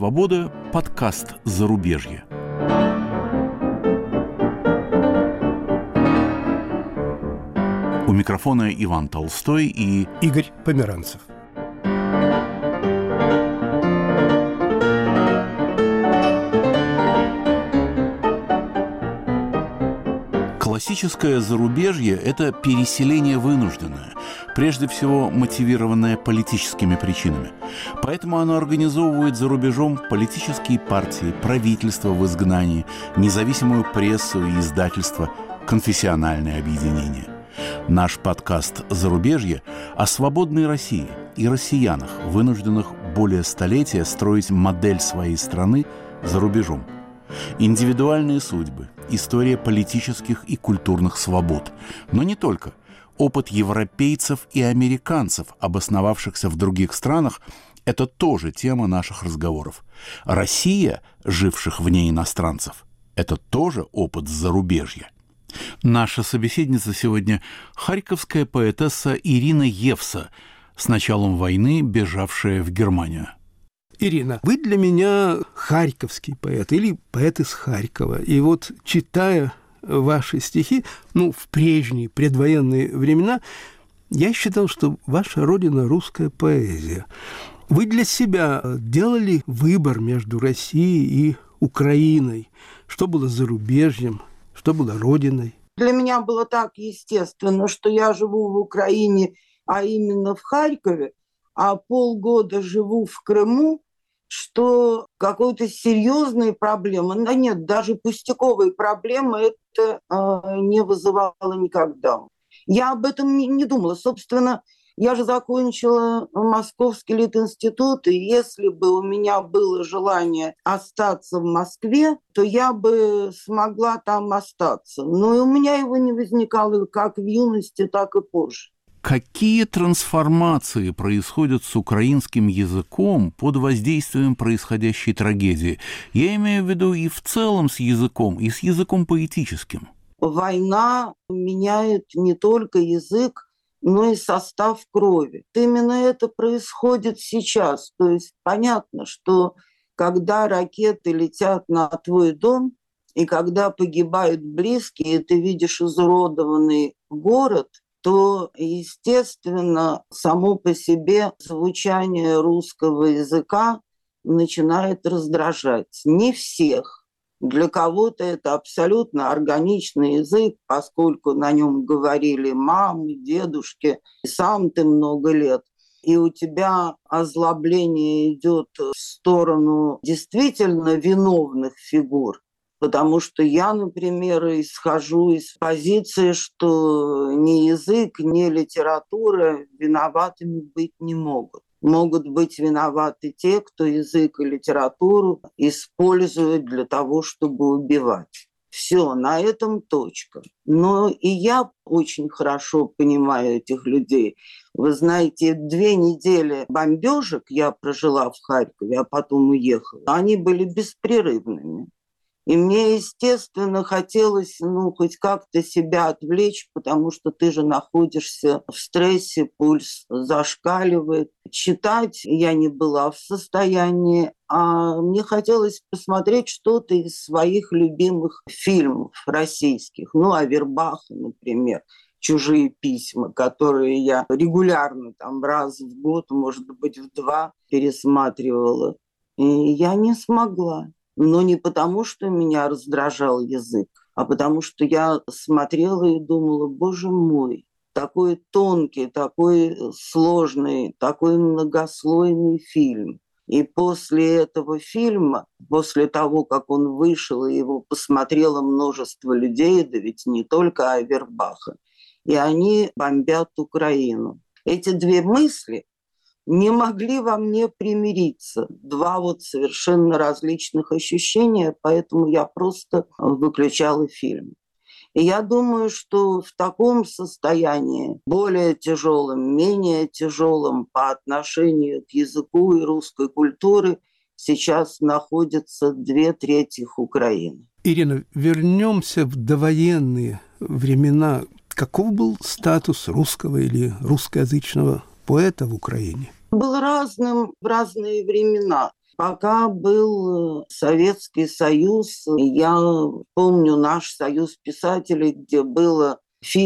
свобода» подкаст «Зарубежье». У микрофона Иван Толстой и Игорь Померанцев. Классическое зарубежье – это переселение вынужденное, прежде всего мотивированное политическими причинами. Поэтому оно организовывает за рубежом политические партии, правительства в изгнании, независимую прессу и издательства, конфессиональные объединения. Наш подкаст «Зарубежье» о свободной России и россиянах, вынужденных более столетия строить модель своей страны за рубежом. Индивидуальные судьбы, история политических и культурных свобод. Но не только. Опыт европейцев и американцев, обосновавшихся в других странах, это тоже тема наших разговоров. Россия, живших вне иностранцев, это тоже опыт зарубежья. Наша собеседница сегодня – харьковская поэтесса Ирина Евса, с началом войны бежавшая в Германию. Ирина, вы для меня харьковский поэт или поэт из Харькова. И вот, читая ваши стихи, в прежние предвоенные времена, я считал, что ваша родина – русская поэзия. Вы для себя делали выбор между Россией и Украиной? Что было зарубежьем, что было родиной? Для меня было так естественно, что я живу в Украине, а именно в Харькове, а полгода живу в Крыму, что какой-то серьезной проблемы, нет, даже пустяковой проблемы это не вызывало никогда. Я об этом не думала. Собственно, я же закончила Московский литинститут, и если бы у меня было желание остаться в Москве, то я бы смогла там остаться. Но и у меня его не возникало как в юности, так и позже. Какие трансформации происходят с украинским языком под воздействием происходящей трагедии? Я имею в виду и в целом с языком, и с языком поэтическим. Война меняет не только язык, но и состав крови. Именно это происходит сейчас. То есть понятно, что когда ракеты летят на твой дом, и когда погибают близкие, и ты видишь изуродованный город, то, естественно, само по себе звучание русского языка начинает раздражать. Не всех. Для кого-то это абсолютно органичный язык, поскольку на нем говорили мамы, дедушки, и сам ты много лет. И у тебя озлобление идет в сторону действительно виновных фигур. Потому что я, например, исхожу из позиции, что ни язык, ни литература виноватыми быть не могут. Могут быть виноваты те, кто язык и литературу использует для того, чтобы убивать. Все, на этом точка. Но и я очень хорошо понимаю этих людей. Вы знаете, 2 недели бомбежек я прожила в Харькове, а потом уехала. Они были беспрерывными. И мне, естественно, хотелось, хоть как-то себя отвлечь, потому что ты же находишься в стрессе, пульс зашкаливает. Читать я не была в состоянии, а мне хотелось посмотреть что-то из своих любимых фильмов российских. Авербаха, например, «Чужие письма», которые я регулярно, раз в год, может быть, в 2 пересматривала. И я не смогла. Но не потому, что меня раздражал язык, а потому что я смотрела и думала, боже мой, такой тонкий, такой сложный, такой многослойный фильм. И после этого фильма, после того, как он вышел, и его посмотрело множество людей, да ведь не только Авербаха, и они бомбят Украину. Эти 2 мысли не могли во мне примириться. 2 совершенно различных ощущения, поэтому я просто выключала фильм. И я думаю, что в таком состоянии, более тяжелом, менее тяжелом по отношению к языку и русской культуре, сейчас находятся 2/3 Украины. Ирина, вернемся в довоенные времена. Каков был статус русского или русскоязычного поэта в Украине? Был разным в разные времена. Пока был Советский Союз, я помню наш союз писателей, где было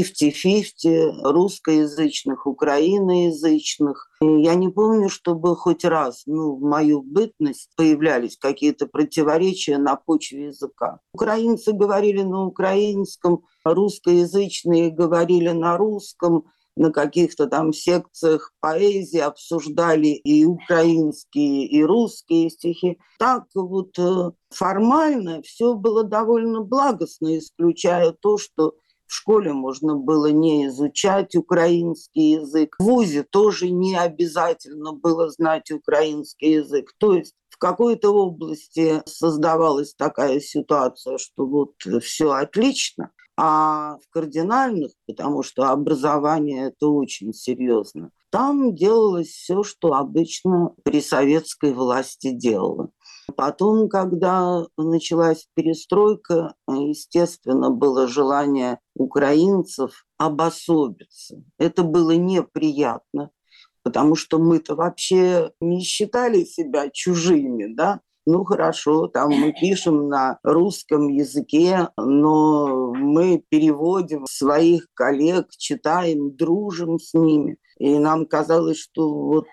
50-50 русскоязычных, украиноязычных. И я не помню, чтобы хоть раз, в мою бытность появлялись какие-то противоречия на почве языка. Украинцы говорили на украинском, русскоязычные говорили на русском, на каких-то там секциях поэзии обсуждали и украинские, и русские стихи. Так вот формально все было довольно благостно, исключая то, что в школе можно было не изучать украинский язык. В вузе тоже не обязательно было знать украинский язык. То есть в какой-то области создавалась такая ситуация, что вот все отлично, а в кардинальных, потому что образование – это очень серьезно, там делалось все, что обычно при советской власти делало. Потом, когда началась перестройка, естественно, было желание украинцев обособиться. Это было неприятно, потому что мы-то вообще не считали себя чужими, да? Ну хорошо, там мы пишем на русском языке, но мы переводим своих коллег, читаем, дружим с ними. И нам казалось, что вот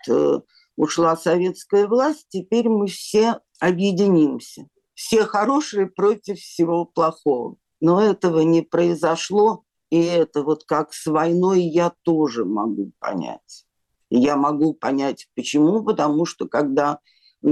ушла советская власть, теперь мы все объединимся. Все хорошие против всего плохого. Но этого не произошло, и это вот как с войной я тоже могу понять. Я могу понять, почему, потому что когда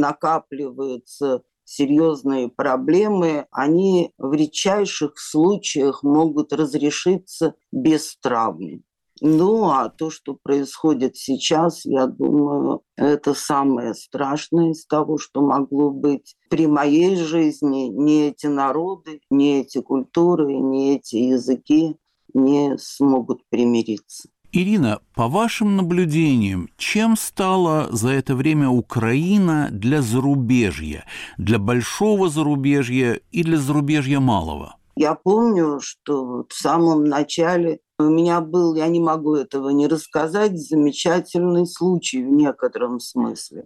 накапливаются серьезные проблемы, они в редчайших случаях могут разрешиться без травм. Ну, а то, что происходит сейчас, я думаю, это самое страшное из того, что могло быть. При моей жизни ни эти народы, ни эти культуры, ни эти языки не смогут примириться. Ирина, по вашим наблюдениям, чем стала за это время Украина для зарубежья, для большого зарубежья и для зарубежья малого? Я помню, что в самом начале у меня был, я не могу этого не рассказать, замечательный случай в некотором смысле.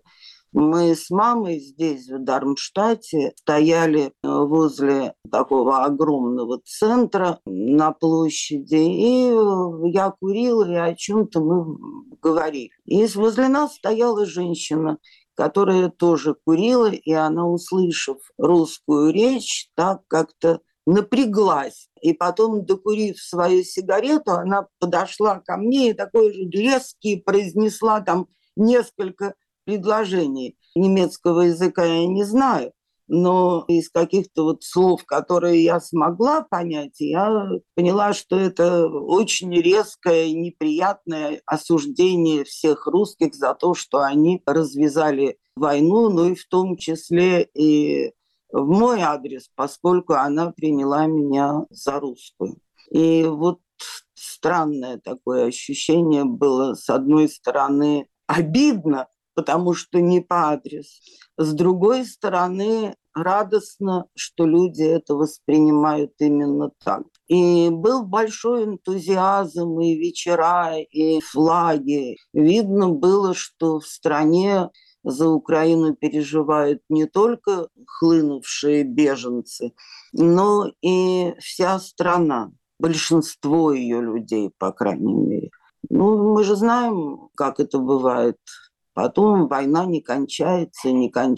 Мы с мамой здесь, в Дармштадте, стояли возле такого огромного центра на площади, и я курила, и о чем-то мы говорили. И возле нас стояла женщина, которая тоже курила, и она, услышав русскую речь, так как-то напряглась. И потом, докурив свою сигарету, она подошла ко мне и такой же резкий произнесла там несколько предложений. Немецкого языка я не знаю, но из каких-то вот слов, которые я смогла понять, я поняла, что это очень резкое, неприятное осуждение всех русских за то, что они развязали войну, ну и в том числе и в мой адрес, поскольку она приняла меня за русскую. И вот странное такое ощущение было. С одной стороны, обидно, потому что не по адресу. С другой стороны, радостно, что люди это воспринимают именно так. И был большой энтузиазм, и вечера, и флаги. Видно было, что в стране за Украину переживают не только хлынувшие беженцы, но и вся страна, большинство ее людей, по крайней мере. Ну, мы же знаем, как это бывает. Потом война не кончается,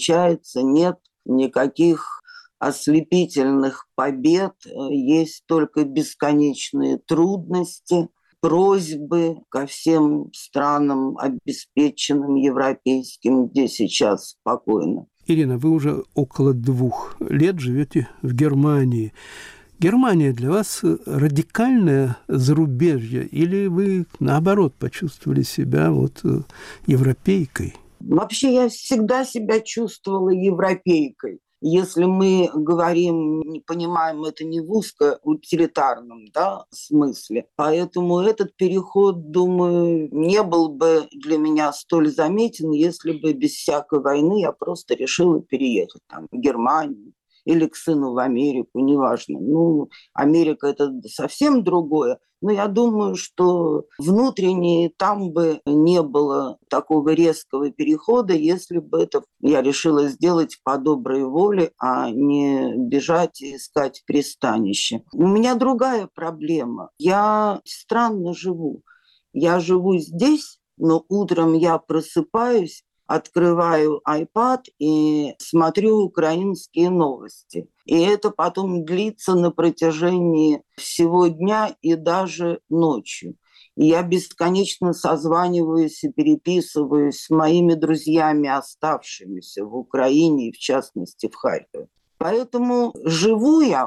нет никаких ослепительных побед, есть только бесконечные трудности, просьбы ко всем странам, обеспеченным европейским, где сейчас спокойно. Ирина, вы уже около 2 лет живете в Германии. Германия для вас радикальное зарубежье, или вы, наоборот, почувствовали себя вот европейкой? Вообще я всегда себя чувствовала европейкой. Если мы говорим, не понимаем это не в узко-утилитарном смысле. Поэтому этот переход, думаю, не был бы для меня столь заметен, если бы без всякой войны я просто решила переехать в Германию или к сыну в Америку, неважно. Ну, Америка – это совсем другое. Но я думаю, что внутренне там бы не было такого резкого перехода, если бы это я решила сделать по доброй воле, а не бежать и искать пристанище. У меня другая проблема. Я странно живу. Я живу здесь, но утром я просыпаюсь, открываю iPad и смотрю украинские новости. И это потом длится на протяжении всего дня и даже ночью. И я бесконечно созваниваюсь и переписываюсь с моими друзьями, оставшимися в Украине, и в частности в Харькове. Поэтому живу я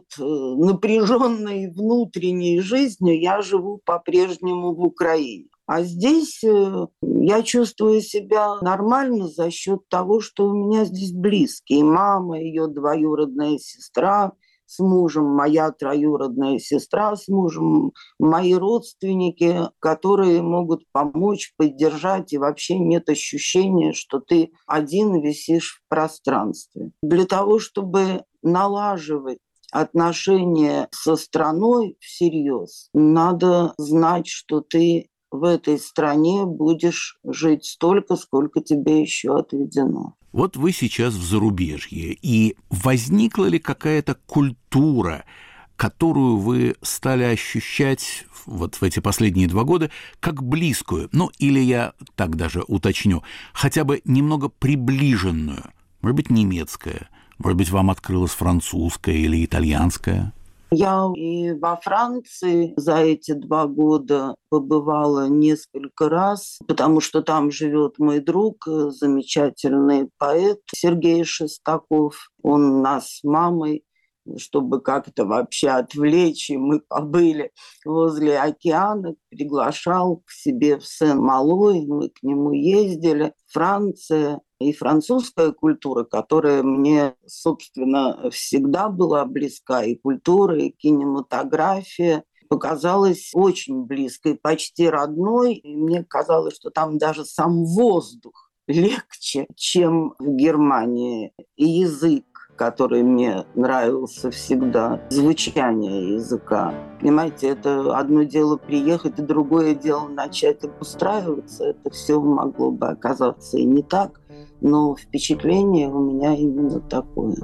напряженной внутренней жизнью, я живу по-прежнему в Украине. А здесь я чувствую себя нормально за счет того, что у меня здесь близкие. Мама, ее двоюродная сестра с мужем, моя троюродная сестра с мужем, мои родственники, которые могут помочь, поддержать, и вообще нет ощущения, что ты один висишь в пространстве. Для того, чтобы налаживать отношения со страной всерьез, надо знать, что ты в этой стране будешь жить столько, сколько тебе еще отведено. Вот вы сейчас в зарубежье, и возникла ли какая-то культура, которую вы стали ощущать вот в эти последние 2 года как близкую, ну или я так даже уточню, хотя бы немного приближенную, может быть, немецкая, может быть, вам открылась французская или итальянская? Я и во Франции за эти 2 года побывала несколько раз, потому что там живет мой друг, замечательный поэт Сергей Шестаков. Он нас с мамой, чтобы как-то вообще отвлечь, и мы побыли возле океана, приглашал к себе в Сен-Мало, и мы к нему ездили. Франция и французская культура, которая мне, собственно, всегда была близка, и культура, и кинематография, показалась очень близкой, почти родной. И мне казалось, что там даже сам воздух легче, чем в Германии, и язык, который мне нравился всегда, звучание языка. Понимаете, это одно дело приехать, и другое дело начать обустраиваться. Это все могло бы оказаться и не так, но впечатление у меня именно такое.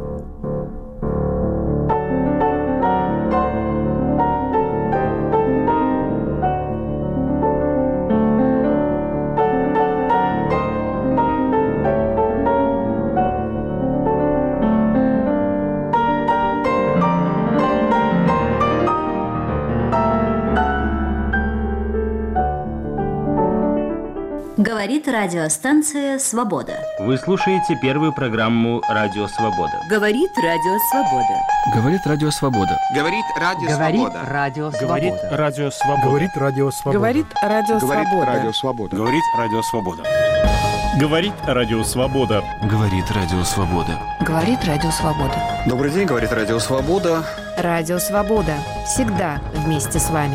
Говорит радиостанция «Свобода». Вы слушаете первую программу «Радио Свобода». Говорит Радио Свобода. Говорит Радио Свобода. Говорит Радио Свобода. Говорит Радио Свобода. Говорит Радио Свобода. Говорит Радио Свобода. Говорит Радио Свобода. Говорит Радио Свобода. Говорит Радио Свобода. Говорит Радио Свобода. Добрый день, говорит Радио Свобода. Радио Свобода. Всегда вместе с вами.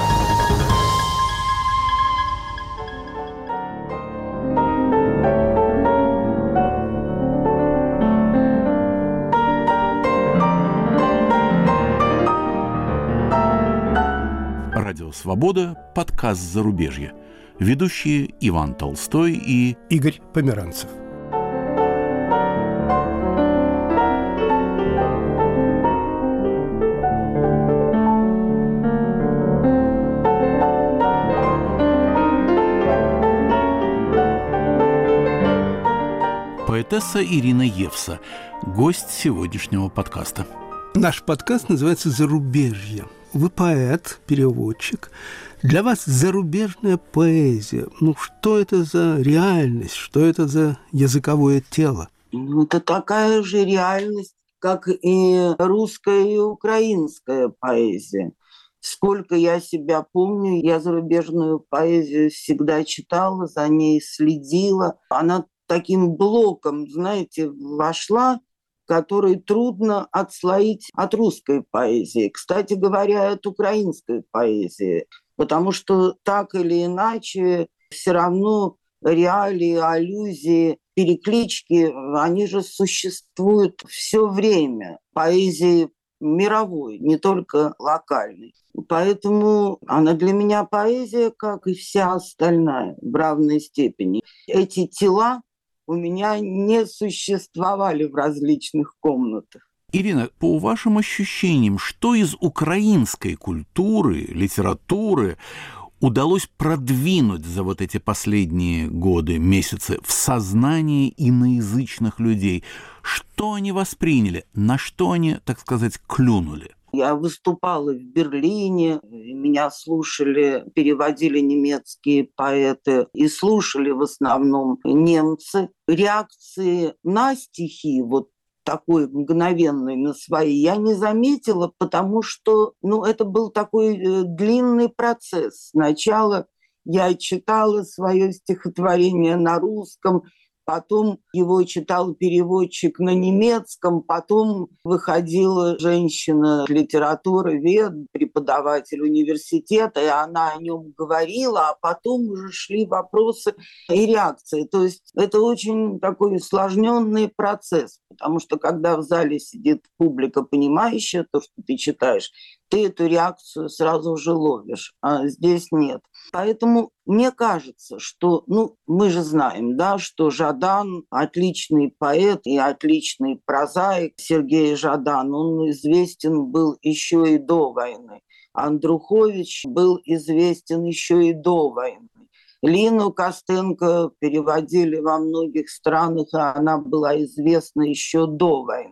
Радио «Свобода», подкаст «Зарубежье». Ведущие Иван Толстой и Игорь Померанцев. поэтесса Ирина Евса, гость сегодняшнего подкаста. Наш подкаст называется «Зарубежье». Вы поэт, переводчик. Для вас зарубежная поэзия. Ну, что это за реальность? Что это за языковое тело? Это такая же реальность, как и русская и украинская поэзия. Сколько я себя помню, я зарубежную поэзию всегда читала, за ней следила. Она таким блоком, знаете, вошла, который трудно отслоить от русской поэзии. Кстати говоря, от украинской поэзии. Потому что так или иначе все равно реалии, аллюзии переклички, они же существуют все время. Поэзии мировой, не только локальной. Поэтому она для меня поэзия, как и вся остальная, в равной степени. Эти тела у меня не существовали в различных комнатах. Ирина, по вашим ощущениям, что из украинской культуры, литературы удалось продвинуть за вот эти последние годы, месяцы в сознании иноязычных людей? Что они восприняли? На что они, так сказать, клюнули? Я выступала в Берлине, меня слушали, переводили немецкие поэты и слушали в основном немцы. Реакции на стихи, вот такой мгновенной на свои, я не заметила, потому что это был такой длинный процесс. Сначала я читала свое стихотворение на русском, потом его читал переводчик на немецком, потом выходила женщина литературовед, преподаватель университета, и она о нем говорила, а потом уже шли вопросы и реакции. То есть это очень такой усложненный процесс, потому что когда в зале сидит публика, понимающая то, что ты читаешь, ты эту реакцию сразу же ловишь, а здесь нет. Поэтому мне кажется, что, мы же знаем, да, что Жадан отличный поэт и отличный прозаик. Сергей Жадан, он известен был еще и до войны. Андрухович был известен еще и до войны. Лину Костенко переводили во многих странах, а она была известна еще до войны.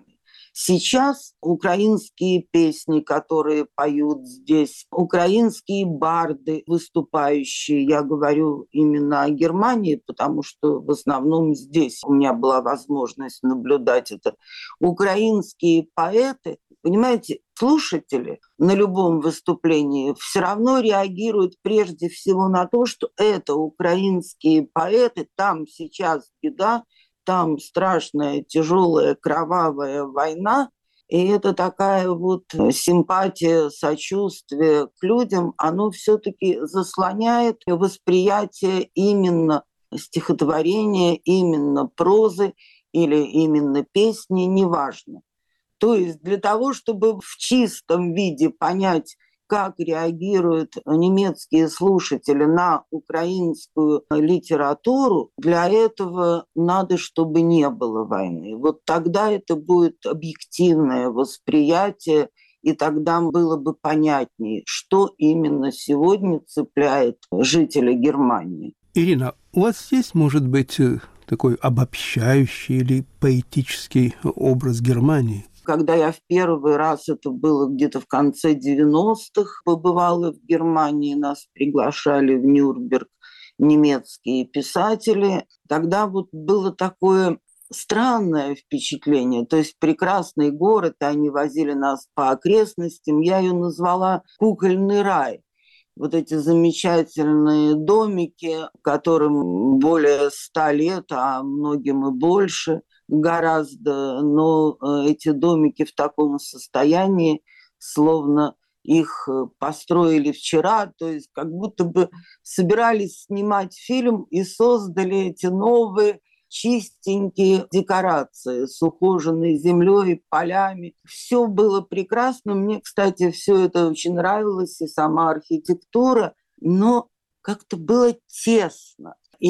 Сейчас украинские песни, которые поют здесь, украинские барды, выступающие, я говорю именно о Германии, потому что в основном здесь у меня была возможность наблюдать это, украинские поэты, понимаете, слушатели на любом выступлении все равно реагируют прежде всего на то, что это украинские поэты, там сейчас беда, там страшная, тяжелая, кровавая война, и это такая вот симпатия, сочувствие к людям, оно все-таки заслоняет восприятие именно стихотворения, именно прозы или именно песни, неважно. То есть для того, чтобы в чистом виде понять, как реагируют немецкие слушатели на украинскую литературу, для этого надо, чтобы не было войны. Вот тогда это будет объективное восприятие, и тогда было бы понятнее, что именно сегодня цепляет жителей Германии. Ирина, у вас есть, может быть, такой обобщающий или поэтический образ Германии? Когда я в первый раз, это было где-то в конце 90-х, побывала в Германии, нас приглашали в Нюрнберг немецкие писатели, тогда вот было такое странное впечатление. То есть прекрасный город, и они возили нас по окрестностям. Я ее назвала «Кукольный рай». Вот эти замечательные домики, которым более 100 лет, а многим и больше – гораздо, но эти домики в таком состоянии, словно их построили вчера, то есть как будто бы собирались снимать фильм и создали эти новые чистенькие декорации с ухоженной землей, полями. Все было прекрасно. Мне, кстати, все это очень нравилось, и сама архитектура, но как-то было тесно.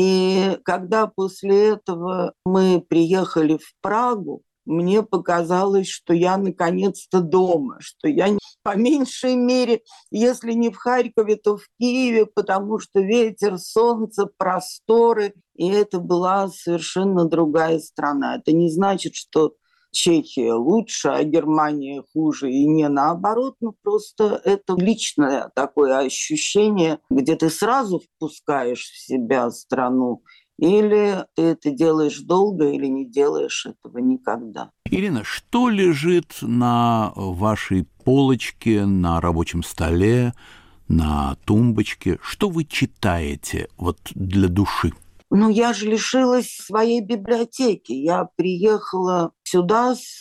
И когда после этого мы приехали в Прагу, мне показалось, что я наконец-то дома, что я по меньшей мере, если не в Харькове, то в Киеве, потому что ветер, солнце, просторы, и это была совершенно другая страна. Это не значит, что Чехия лучше, а Германия хуже, и не наоборот, просто это личное такое ощущение, где ты сразу впускаешь в себя страну, или ты это делаешь долго, или не делаешь этого никогда. Ирина, что лежит на вашей полочке, на рабочем столе, на тумбочке? Что вы читаете вот для души? Я же лишилась своей библиотеки. Я приехала сюда с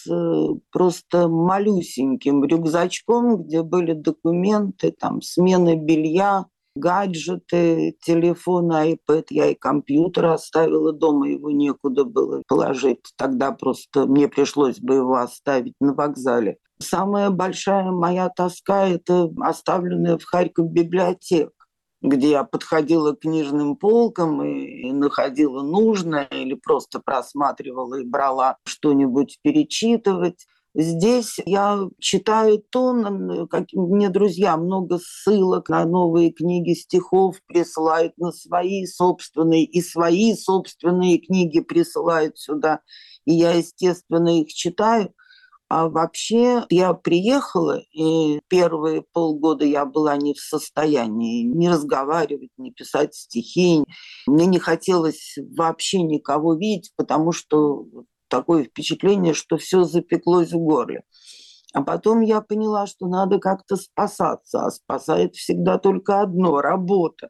просто малюсеньким рюкзачком, где были документы, смена белья, гаджеты, телефон, iPad. Я и компьютер оставила дома, его некуда было положить. Тогда просто мне пришлось бы его оставить на вокзале. Самая большая моя тоска – это оставленная в Харькове библиотека, где я подходила к книжным полкам и находила нужное, или просто просматривала и брала что-нибудь перечитывать. Здесь я читаю то, как мне друзья много ссылок на новые книги стихов присылают, на свои собственные, и свои собственные книги присылают сюда. И я, естественно, их читаю. А вообще я приехала, и первые полгода я была не в состоянии ни разговаривать, ни писать стихи. Мне не хотелось вообще никого видеть, потому что такое впечатление, что все запеклось в горле. А потом я поняла, что надо как-то спасаться. А спасает всегда только одно – работа.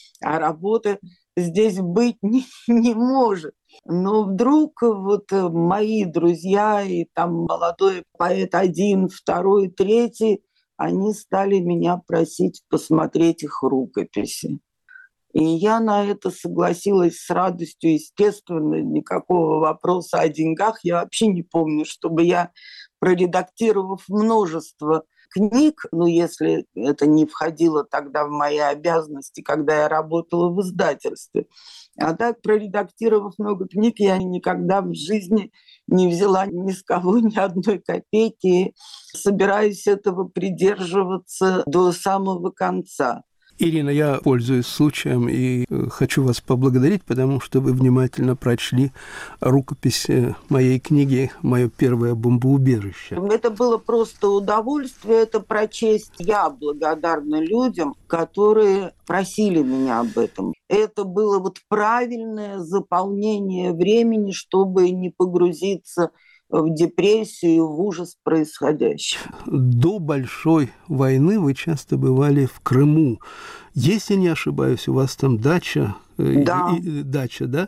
А работы здесь быть не может. Но вдруг вот мои друзья и там молодой поэт один, второй, третий, они стали меня просить посмотреть их рукописи. И я на это согласилась с радостью, естественно, никакого вопроса о деньгах. Я вообще не помню, чтобы я, проредактировав множество книг, если это не входило тогда в мои обязанности, когда я работала в издательстве. А так, проредактировав много книг, я никогда в жизни не взяла ни с кого ни одной копейки. И собираюсь этого придерживаться до самого конца. Ирина, я пользуюсь случаем и хочу вас поблагодарить, потому что вы внимательно прочли рукопись моей книги «Мое первое бомбоубежище». Это было просто удовольствие это прочесть. Я благодарна людям, которые просили меня об этом. Это было вот правильное заполнение времени, чтобы не погрузиться в депрессию, в ужас происходящего. До большой войны вы часто бывали в Крыму. Если не ошибаюсь, у вас там дача. Да. Дача, да?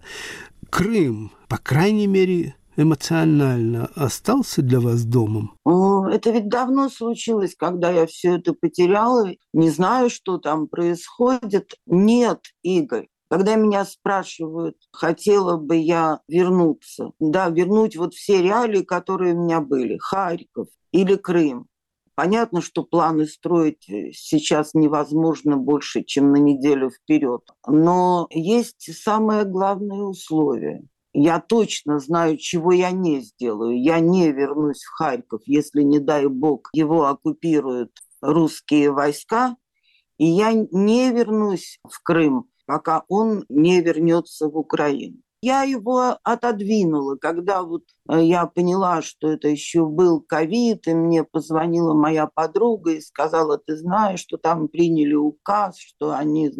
Крым, по крайней мере, эмоционально остался для вас домом? Это ведь давно случилось, когда я все это потеряла. Не знаю, что там происходит. Нет, Игорь. Когда меня спрашивают, хотела бы я вернуться, вернуть вот все реалии, которые у меня были, Харьков или Крым. Понятно, что планы строить сейчас невозможно больше, чем на неделю вперед. Но есть самое главное условие. Я точно знаю, чего я не сделаю. Я не вернусь в Харьков, если, не дай бог, его оккупируют русские войска. И я не вернусь в Крым, пока он не вернется в Украину. Я его отодвинула, когда вот я поняла, что это еще был ковид, и мне позвонила моя подруга и сказала, ты знаешь, что там приняли указ, что они,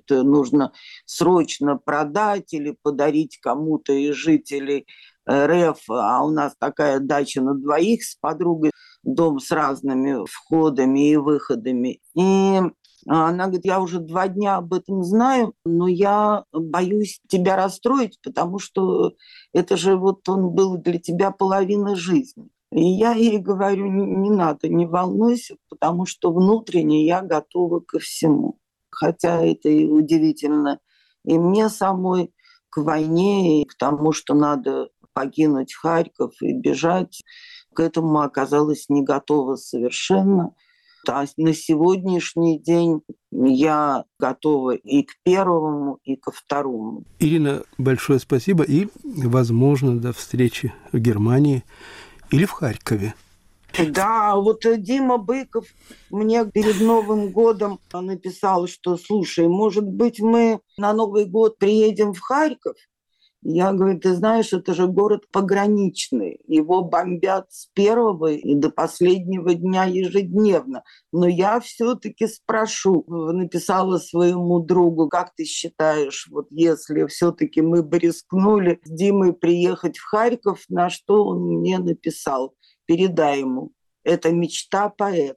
нужно срочно продать или подарить кому-то из жителей РФ, а у нас такая дача на двоих с подругой, дом с разными входами и выходами. И она говорит, я уже 2 дня об этом знаю, но я боюсь тебя расстроить, потому что это же вот он был для тебя половина жизни. И я ей говорю, не надо, не волнуйся, потому что внутренне я готова ко всему. Хотя это и удивительно и мне самой, к войне, и к тому, что надо покинуть Харьков и бежать. К этому оказалась не готова совершенно. А на сегодняшний день я готова и к первому, и ко второму. Ирина, большое спасибо и, возможно, до встречи в Германии или в Харькове. Да, вот Дима Быков мне перед Новым годом написал, что, слушай, может быть, мы на Новый год приедем в Харьков? Я говорю, ты знаешь, это же город пограничный. Его бомбят с первого и до последнего дня ежедневно. Но я все-таки спрошу. Написала своему другу, как ты считаешь, вот если все-таки мы бы рискнули с Димой приехать в Харьков, на что он мне написал? Передай ему. Это мечта поэта.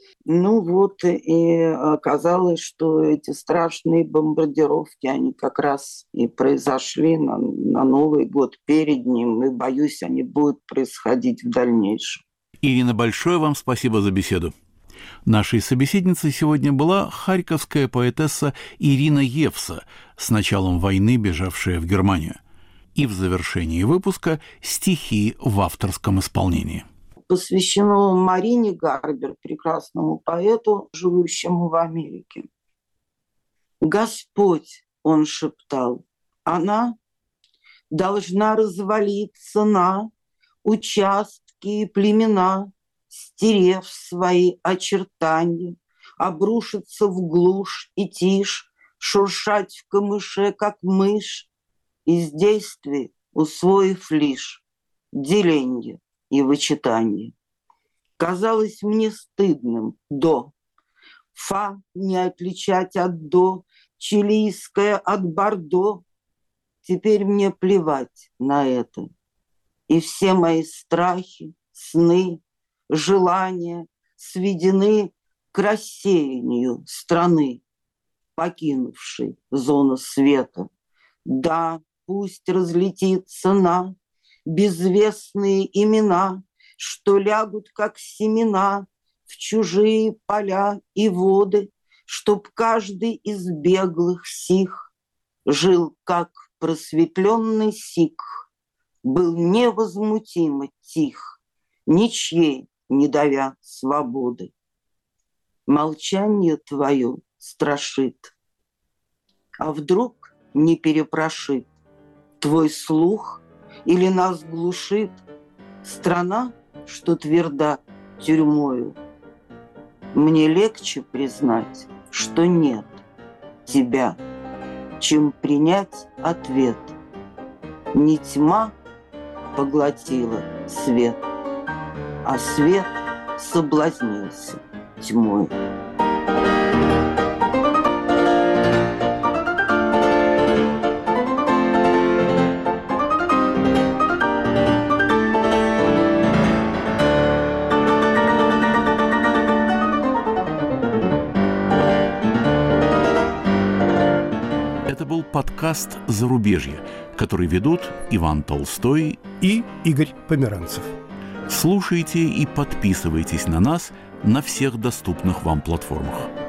И оказалось, что эти страшные бомбардировки, они как раз и произошли на Новый год перед ним, и, боюсь, они будут происходить в дальнейшем. Ирина, большое вам спасибо за беседу. Нашей собеседницей сегодня была харьковская поэтесса Ирина Евса, с началом войны бежавшая в Германию. И в завершении выпуска стихи в авторском исполнении. Посвящено Марине Гарбер, прекрасному поэту, живущему в Америке. «Господь, — он шептал, — она должна развалиться на участки и племена, стерев свои очертания, обрушиться в глушь и тишь, шуршать в камыше, как мышь, из действий усвоив лишь деленье и вычитание. Казалось мне стыдным до. Фа не отличать от до, чилийское от бордо. Теперь мне плевать на это. И все мои страхи, сны, желания сведены к рассеянию страны, покинувшей зону света. Да, пусть разлетится на безвестные имена, что лягут, как семена, в чужие поля и воды, чтоб каждый из беглых сих жил, как просветленный сикх, был невозмутимо тих, ничьей не давя свободы. Молчание твое страшит, а вдруг не перепрошит твой слух или нас глушит страна, что тверда тюрьмою. Мне легче признать, что нет тебя, чем принять ответ. Не тьма поглотила свет, а свет соблазнился тьмой. Это был подкаст «Зарубежье», который ведут Иван Толстой и Игорь Померанцев. Слушайте и подписывайтесь на нас на всех доступных вам платформах.